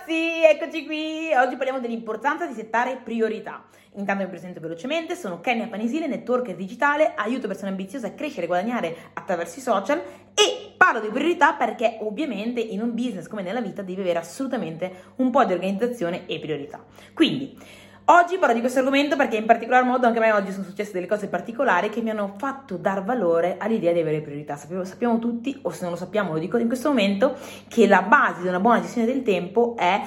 ragazzi, eccoci qui! Oggi parliamo dell'importanza di settare priorità. Intanto mi presento velocemente, sono Kenny Apanisile, networker digitale, aiuto persone ambiziose a crescere e guadagnare attraverso i social e parlo di priorità perché ovviamente in un business come nella vita devi avere assolutamente un po' di organizzazione e priorità. Quindi oggi parlo di questo argomento perché in particolar modo anche a me oggi sono successe delle cose particolari che mi hanno fatto dar valore all'idea di avere priorità. Sappiamo tutti, o se non lo sappiamo lo dico in questo momento, che la base di una buona gestione del tempo è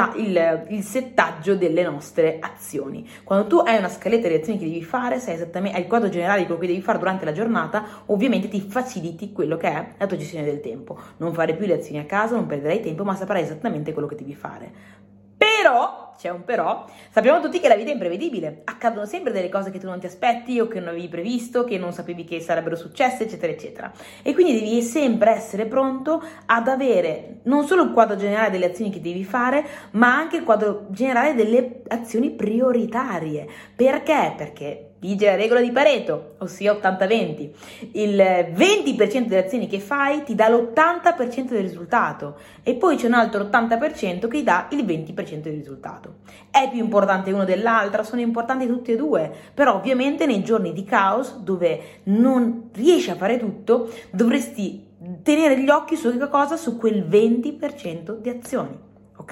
il settaggio delle nostre azioni. Quando tu hai una scaletta di azioni che devi fare, sai esattamente, hai il quadro generale di quello che devi fare durante la giornata, ovviamente ti faciliti quello che è la tua gestione del tempo. Non fare più le azioni a caso, non perderai tempo, ma saprai esattamente quello che devi fare. Però, c'è un però, sappiamo tutti che la vita è imprevedibile, accadono sempre delle cose che tu non ti aspetti o che non avevi previsto, che non sapevi che sarebbero successe, eccetera, eccetera. E quindi devi sempre essere pronto ad avere non solo il quadro generale delle azioni che devi fare, ma anche il quadro generale delle azioni prioritarie. Perché? Perché vige la regola di Pareto, ossia 80-20. Il 20% delle azioni che fai ti dà l'80% del risultato e poi c'è un altro 80% che ti dà il 20% del risultato. È più importante uno dell'altra, sono importanti tutti e due, però ovviamente nei giorni di caos dove non riesci a fare tutto dovresti tenere gli occhi su che cosa? Su quel 20% di azioni.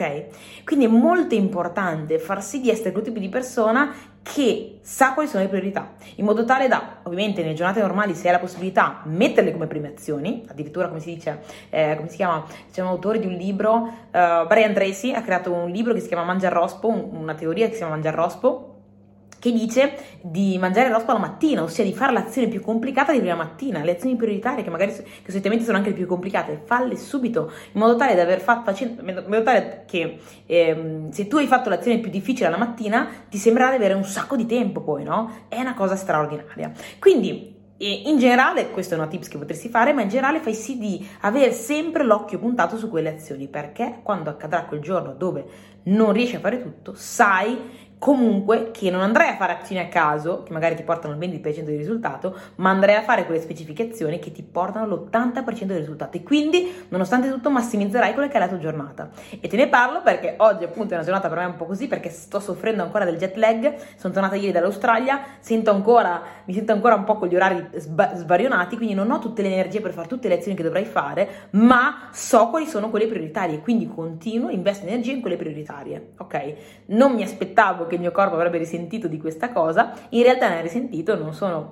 Ok? Quindi è molto importante far sì di essere quel tipo di persona che sa quali sono le priorità, in modo tale da, ovviamente nelle giornate normali se hai la possibilità, metterle come prime azioni, addirittura come si dice, come si chiama, c'è un autore di un libro, Brian Tracy ha creato un libro che si chiama Mangia il rospo, una teoria che si chiama Mangia il rospo, che dice di mangiare il rospo alla mattina, ossia di fare l'azione più complicata di prima mattina, le azioni prioritarie che magari che solitamente sono anche le più complicate, falle subito, in modo tale da aver fatto, in modo tale che se tu hai fatto l'azione più difficile alla mattina ti sembrerà di avere un sacco di tempo poi, no? È una cosa straordinaria. Quindi in generale, questa è una tips che potresti fare, ma in generale fai sì di avere sempre l'occhio puntato su quelle azioni, perché quando accadrà quel giorno dove non riesci a fare tutto, sai comunque che non andrai a fare azioni a caso che magari ti portano il 20% del risultato, ma andrai a fare quelle specificazioni che ti portano l'80% del risultato e quindi nonostante tutto massimizzerai quella che è la tua giornata. E te ne parlo perché oggi appunto è una giornata per me un po' così, perché sto soffrendo ancora del jet lag, sono tornata ieri dall'Australia, mi sento ancora un po' con gli orari svarionati, quindi non ho tutte le energie per fare tutte le azioni che dovrei fare, ma so quali sono quelle prioritarie, quindi continuo, investo energie in quelle prioritarie, ok? Non mi aspettavo che il mio corpo avrebbe risentito di questa cosa, in realtà ne ha risentito, non sono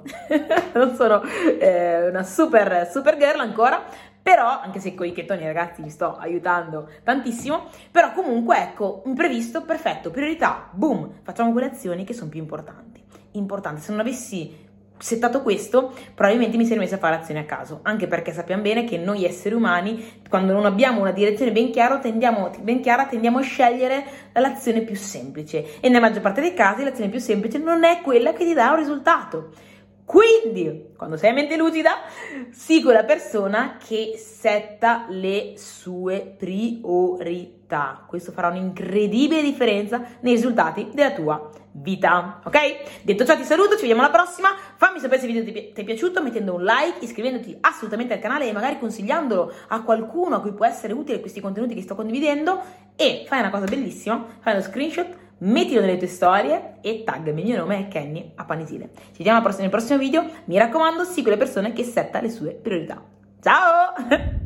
una super girl ancora, però anche se con i chetoni ragazzi vi sto aiutando tantissimo, però comunque ecco, imprevisto, perfetto, priorità, boom, facciamo quelle azioni che sono più importanti, se non avessi settato questo, probabilmente mi sarei messa a fare azioni a caso, anche perché sappiamo bene che noi esseri umani, quando non abbiamo una direzione ben chiara, tendiamo a scegliere l'azione più semplice e nella maggior parte dei casi l'azione più semplice non è quella che ti dà un risultato. Quindi, quando sei a mente lucida, sii quella persona che setta le sue priorità. Questo farà un'incredibile differenza nei risultati della tua vita, ok? Detto ciò ti saluto, ci vediamo alla prossima. Fammi sapere se il video ti è piaciuto mettendo un like, iscrivendoti assolutamente al canale e magari consigliandolo a qualcuno a cui può essere utile questi contenuti che sto condividendo. E fai una cosa bellissima, fai uno screenshot, mettilo nelle tue storie e taggami, il mio nome è Kenny Apanisile. Ci vediamo nel prossimo video, mi raccomando, sii quelle persone che setta le sue priorità. Ciao!